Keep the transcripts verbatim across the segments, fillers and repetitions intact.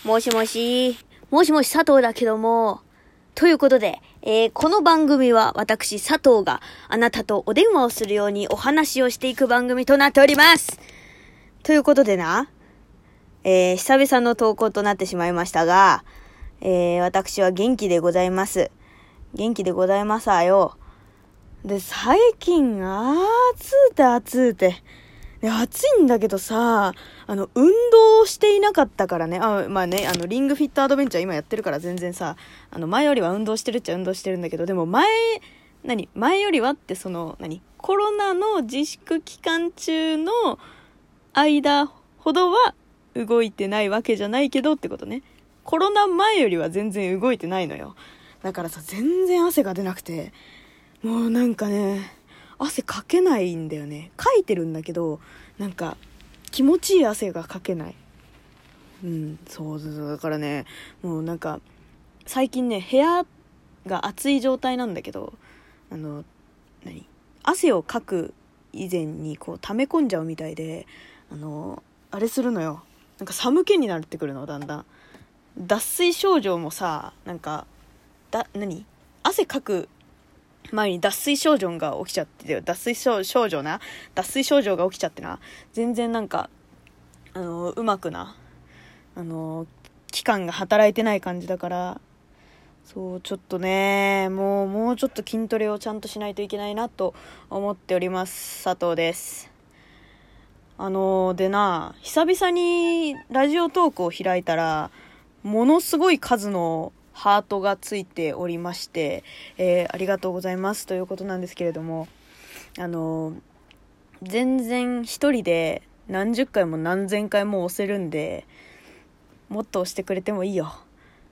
もしもし、もしもし佐藤だけども、ということで、えー、この番組は私佐藤があなたとお電話をするようにお話をしていく番組となっております。ということでな、えー、久々の投稿となってしまいましたが、えー、私は元気でございます。元気でございますわよ。で、最近、あーつーてあつーて。で、暑いんだけどさ、あの、運動していなかったからね。あ、まあね、あの、リングフィットアドベンチャー今やってるから全然さ、あの、前よりは運動してるっちゃ運動してるんだけど、でも前、何前よりはってその、何コロナの自粛期間中の間ほどは動いてないわけじゃないけどってことね。コロナ前よりは全然動いてないのよ。だからさ、全然汗が出なくて、もうなんかね、汗かけないんだよね。かいてるんだけど、なんか気持ちいい汗がかけない。うん、そうそうそう。だからね、もうなんか最近ね、部屋が暑い状態なんだけど、あの何汗をかく以前にこう溜め込んじゃうみたいで、あのあれするのよ。なんか寒気になってくるの、だんだん。脱水症状もさ、なんかだ何汗かく前に脱水症状が起きちゃってて、脱水症状な脱水症状が起きちゃってな、全然なんかあのうまくなあの器官が働いてない感じだから、そうちょっとね、もうもうちょっと筋トレをちゃんとしないといけないなと思っております。佐藤です。あのでな、久々にラジオトークを開いたら、ものすごい数のハートがついておりまして、えー、ありがとうございますということなんですけれども、あのー、全然一人で何十回も何千回も押せるんで、もっと押してくれてもいいよ。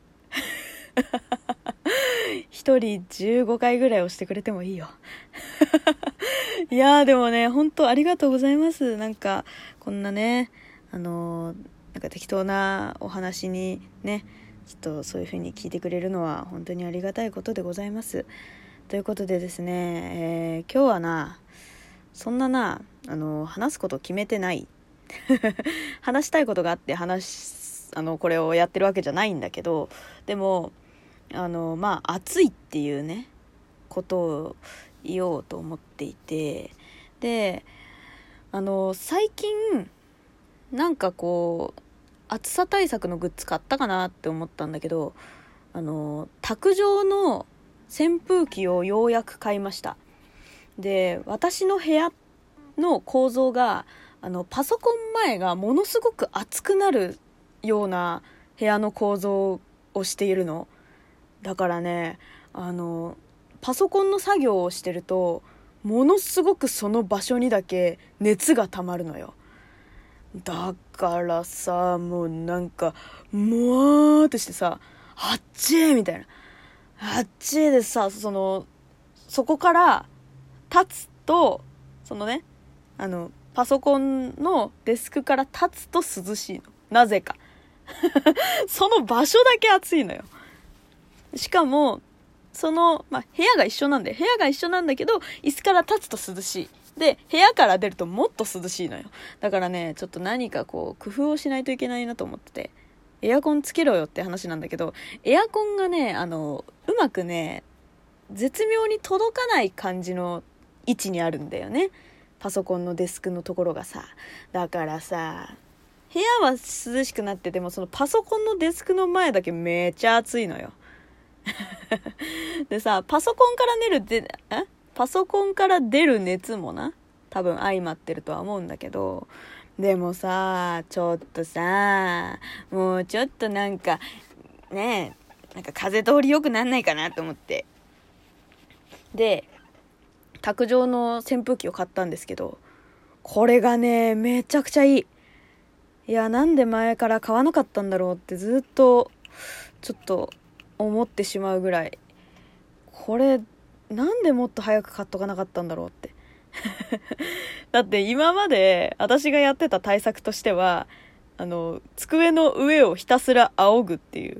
一人じゅうごかいぐらい押してくれてもいいよ。いやーでもね、本当ありがとうございます。なんかこんなね、あのー、なんか適当なお話にね、ちょっとそういう風に聞いてくれるのは本当にありがたいことでございます。ということでですね、えー、今日はな、そんなな、あの話すこと決めてない話したいことがあって話あのこれをやってるわけじゃないんだけど、でもあのまあ暑いっていうねことを言おうと思っていて、であの最近なんかこう暑さ対策のグッズ買ったかなって思ったんだけど、あの卓上の扇風機をようやく買いました。で、私の部屋の構造があのパソコン前がものすごく暑くなるような部屋の構造をしているのだからね、あのパソコンの作業をしてるとものすごくその場所にだけ熱が溜まるのよ。だからさ、もうなんかもわーってしてさ、あっちーみたいな、あっちーでさ、そのそこから立つと、そのね、あのパソコンのデスクから立つと涼しいの、なぜかその場所だけ暑いのよ。しかもその、まあ、部屋が一緒なんで部屋が一緒なんだけど、椅子から立つと涼しいで、部屋から出るともっと涼しいのよ。だからね、ちょっと何かこう工夫をしないといけないなと思ってて、エアコンつけろよって話なんだけど、エアコンがね、あのうまくね、絶妙に届かない感じの位置にあるんだよね、パソコンのデスクのところがさ。だからさ、部屋は涼しくなってても、そのパソコンのデスクの前だけめっちゃ暑いのよでさ、パソコンから出るでえパソコンから出る熱もな、多分相まってるとは思うんだけど、でもさ、ちょっとさ、もうちょっとなんかねえ、なんか風通り良くなんないかなと思って、で卓上の扇風機を買ったんですけど、これがねめちゃくちゃいい。いや、なんで前から買わなかったんだろうってずっとちょっと思ってしまうぐらい、これなんでもっと早く買っとかなかったんだろうってだって今まで私がやってた対策としては、あの机の上をひたすら仰ぐっていう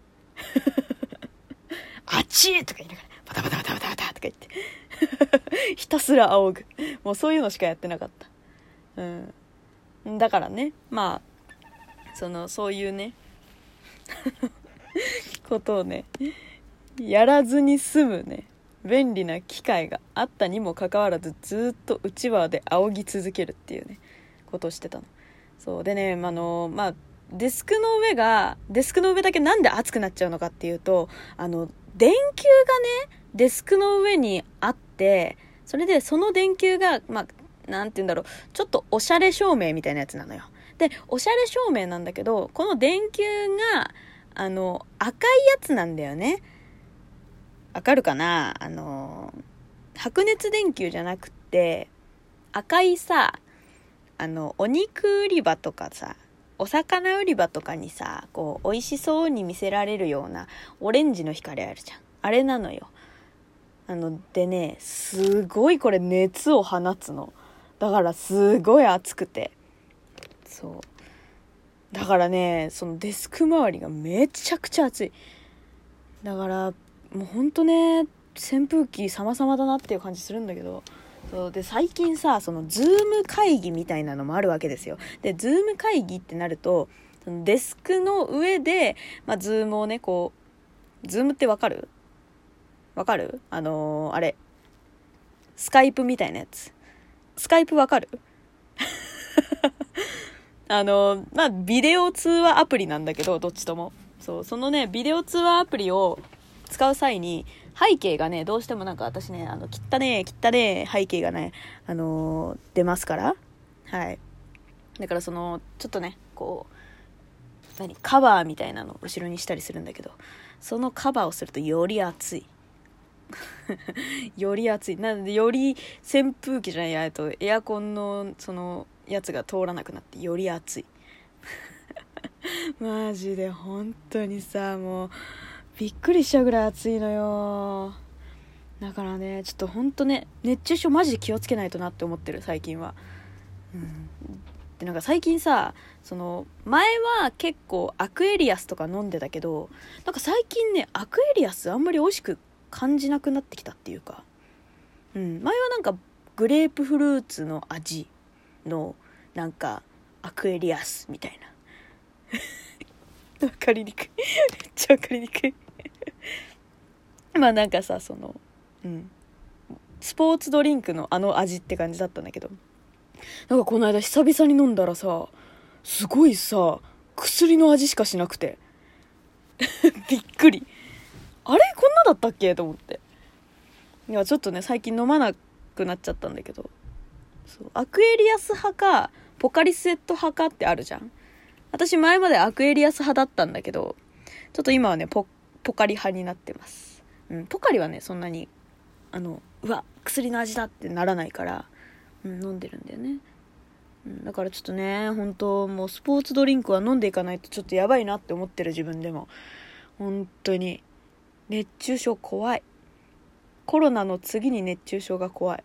あっちーとか言いながらバタバタバタバタバタとか言ってひたすら仰ぐ、もうそういうのしかやってなかった。うん、だからね、まあそのそういうねことをねやらずに済むね便利な機械があったにもかかわらず、ずっとうちわで仰ぎ続けるっていうねことをしてたの。そうでね、あのまあデスクの上がデスクの上だけなんで熱くなっちゃうのかっていうと、あの電球がねデスクの上にあって、それでその電球がまあなんて言うんだろう、ちょっとおしゃれ照明みたいなやつなのよ。でおしゃれ照明なんだけど、この電球があの赤いやつなんだよね。わかるかな。あの白熱電球じゃなくて赤いさ、あのお肉売り場とかさ、お魚売り場とかにさ、こう美味しそうに見せられるようなオレンジの光あるじゃん。あれなのよ。あのでね、すごいこれ熱を放つの。だからすごい熱くて、そうだからね、そのデスク周りがめちゃくちゃ熱い。だからもうほんとね、扇風機様々だなっていう感じするんだけど、そうで最近さ、そのズーム会議みたいなのもあるわけですよ。でズーム会議ってなると、そのデスクの上で、まあ、ズームをねこう、ズームってわかるわかるあのー、あれスカイプみたいなやつ。スカイプわかるあのー、まあビデオ通話アプリなんだけど、どっちともそう、そのねビデオ通話アプリを使う際に背景がね、どうしてもなんか私ね、あの切ったね切ったね背景がね、あのー、出ますから、はい。だからそのちょっとねこう何カバーみたいなのを後ろにしたりするんだけど、そのカバーをするとより熱いより熱い。なのでより扇風機じゃないやとエアコンのそのやつが通らなくなってより熱いマジで本当にさ、もうびっくりしちゃうぐらい暑いのよ。だからね、ちょっとほんとね、熱中症マジで気をつけないとなって思ってる最近は。うん、でなんか最近さ、その前は結構アクエリアスとか飲んでたけど、なんか最近ねアクエリアスあんまり美味しく感じなくなってきたっていうか、うん、前はなんかグレープフルーツの味のなんかアクエリアスみたいなわかりにくいめっちゃわかりにくいまあなんかさ、そのうんスポーツドリンクのあの味って感じだったんだけど、なんかこの間久々に飲んだらさ、すごいさ薬の味しかしなくてびっくり。あれこんなだったっけと思って。いやちょっとね最近飲まなくなっちゃったんだけど、そうアクエリアス派かポカリスエット派かってあるじゃん。私前までアクエリアス派だったんだけど、ちょっと今はね ポ, ポカリ派になってます、うん、ポカリはねそんなにあのうわ薬の味だってならないから、うん、飲んでるんだよね、うん、だからちょっとね本当もうスポーツドリンクは飲んでいかないとちょっとやばいなって思ってる自分でも本当に熱中症怖い。コロナの次に熱中症が怖い、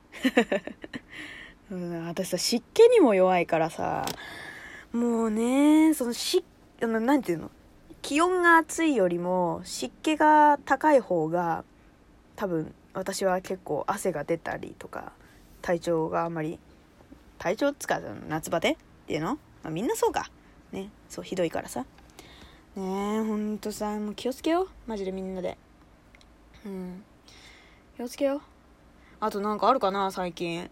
うん、私さ湿気にも弱いからさ、もうねその湿あのなんていうの、気温が暑いよりも湿気が高い方が多分私は結構汗が出たりとか、体調があんまり体調っつか夏バテっていうの、まあ、みんなそうかね、そうひどいからさねえ、ほんとさもう気をつけようマジでみんなで、うん気をつけよう。あとなんかあるかな最近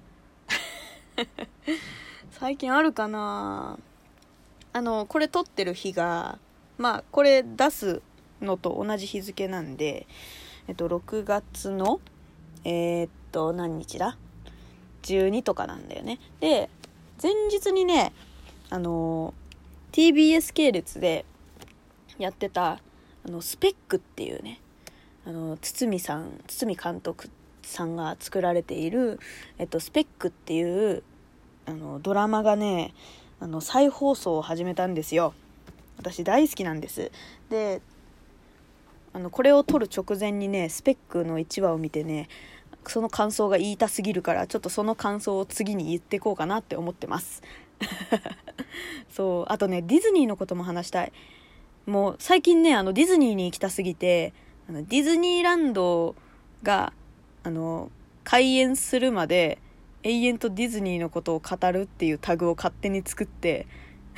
最近あるかな。あのこれ撮ってる日がまあこれ出すのと同じ日付なんで、えっとろくがつのえー、っと何日だじゅうにとかなんだよね。で前日にねあの ティービーエス 系列でやってたあのスペックっていうね、あの堤さん堤監督さんが作られている、えっと、スペックっていうあのドラマがねあの再放送を始めたんですよ。私大好きなんです。であのこれを撮る直前にねスペックのいちわを見てね、その感想が言いたすぎるからちょっとその感想を次に言っていこうかなって思ってますそうあとねディズニーのことも話したい。もう最近ねあのディズニーに行きたすぎて、あのディズニーランドがあの開園するまで永遠とディズニーのことを語るっていうタグを勝手に作って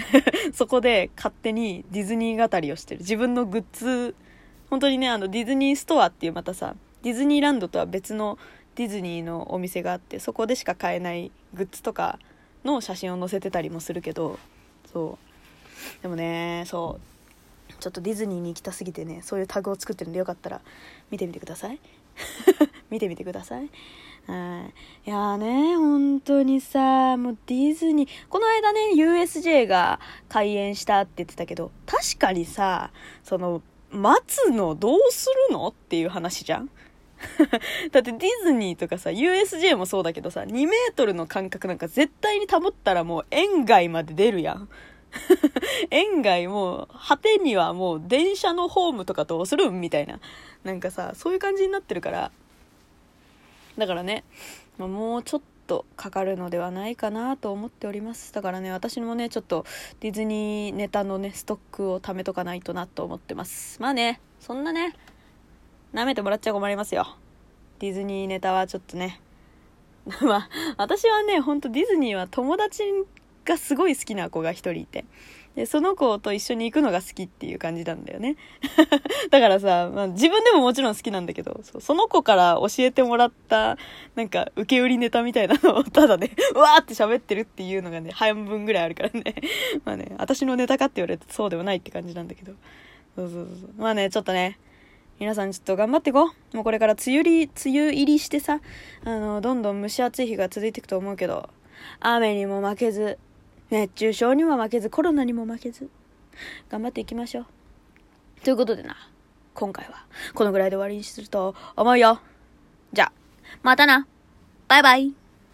そこで勝手にディズニー語りをしてる。自分のグッズ、本当にね、あのディズニーストアっていうまたさ、ディズニーランドとは別のディズニーのお店があって、そこでしか買えないグッズとかの写真を載せてたりもするけど、そうでもね、そうちょっとディズニーに行きたすぎてね、そういうタグを作ってるんで、よかったら見てみてください見てみてください。はい。いやーね、本当にさ、もうディズニー、この間ね ユーエスジェー が開園したって言ってたけど、確かにさ、その待つのどうするのっていう話じゃんだってディズニーとかさ ユーエスジェー もそうだけどさ、にメートルの間隔なんか絶対に保ったらもう園外まで出るやん園外もう果てにはもう電車のホームとかどうするんみたいな、なんかさそういう感じになってるから、だからね、まあ、もうちょっとかかるのではないかなと思っております。だからね、私もねちょっとディズニーネタのねストックを貯めとかないとなと思ってます。まあね、そんなね舐めてもらっちゃ困りますよ、ディズニーネタはちょっとねまあ私はね、ほんとディズニーは友達がすごい好きな子が一人いて、でその子と一緒に行くのが好きっていう感じなんだよねだからさ、まあ、自分でももちろん好きなんだけど、そ, その子から教えてもらったなんか受け売りネタみたいなのをただねうわーって喋ってるっていうのがね半分ぐらいあるからねまあね、私のネタかって言われるとそうではないって感じなんだけど、そうそうそう、まあね、ちょっとね皆さんちょっと頑張っていこう。もうこれから梅雨入り、梅雨入りしてさ、あのどんどん蒸し暑い日が続いていくと思うけど、雨にも負けず、熱中症にも負けず、コロナにも負けず、頑張っていきましょう。ということでな、今回はこのぐらいで終わりにすると思うよ。じゃあまたな、バイバイ。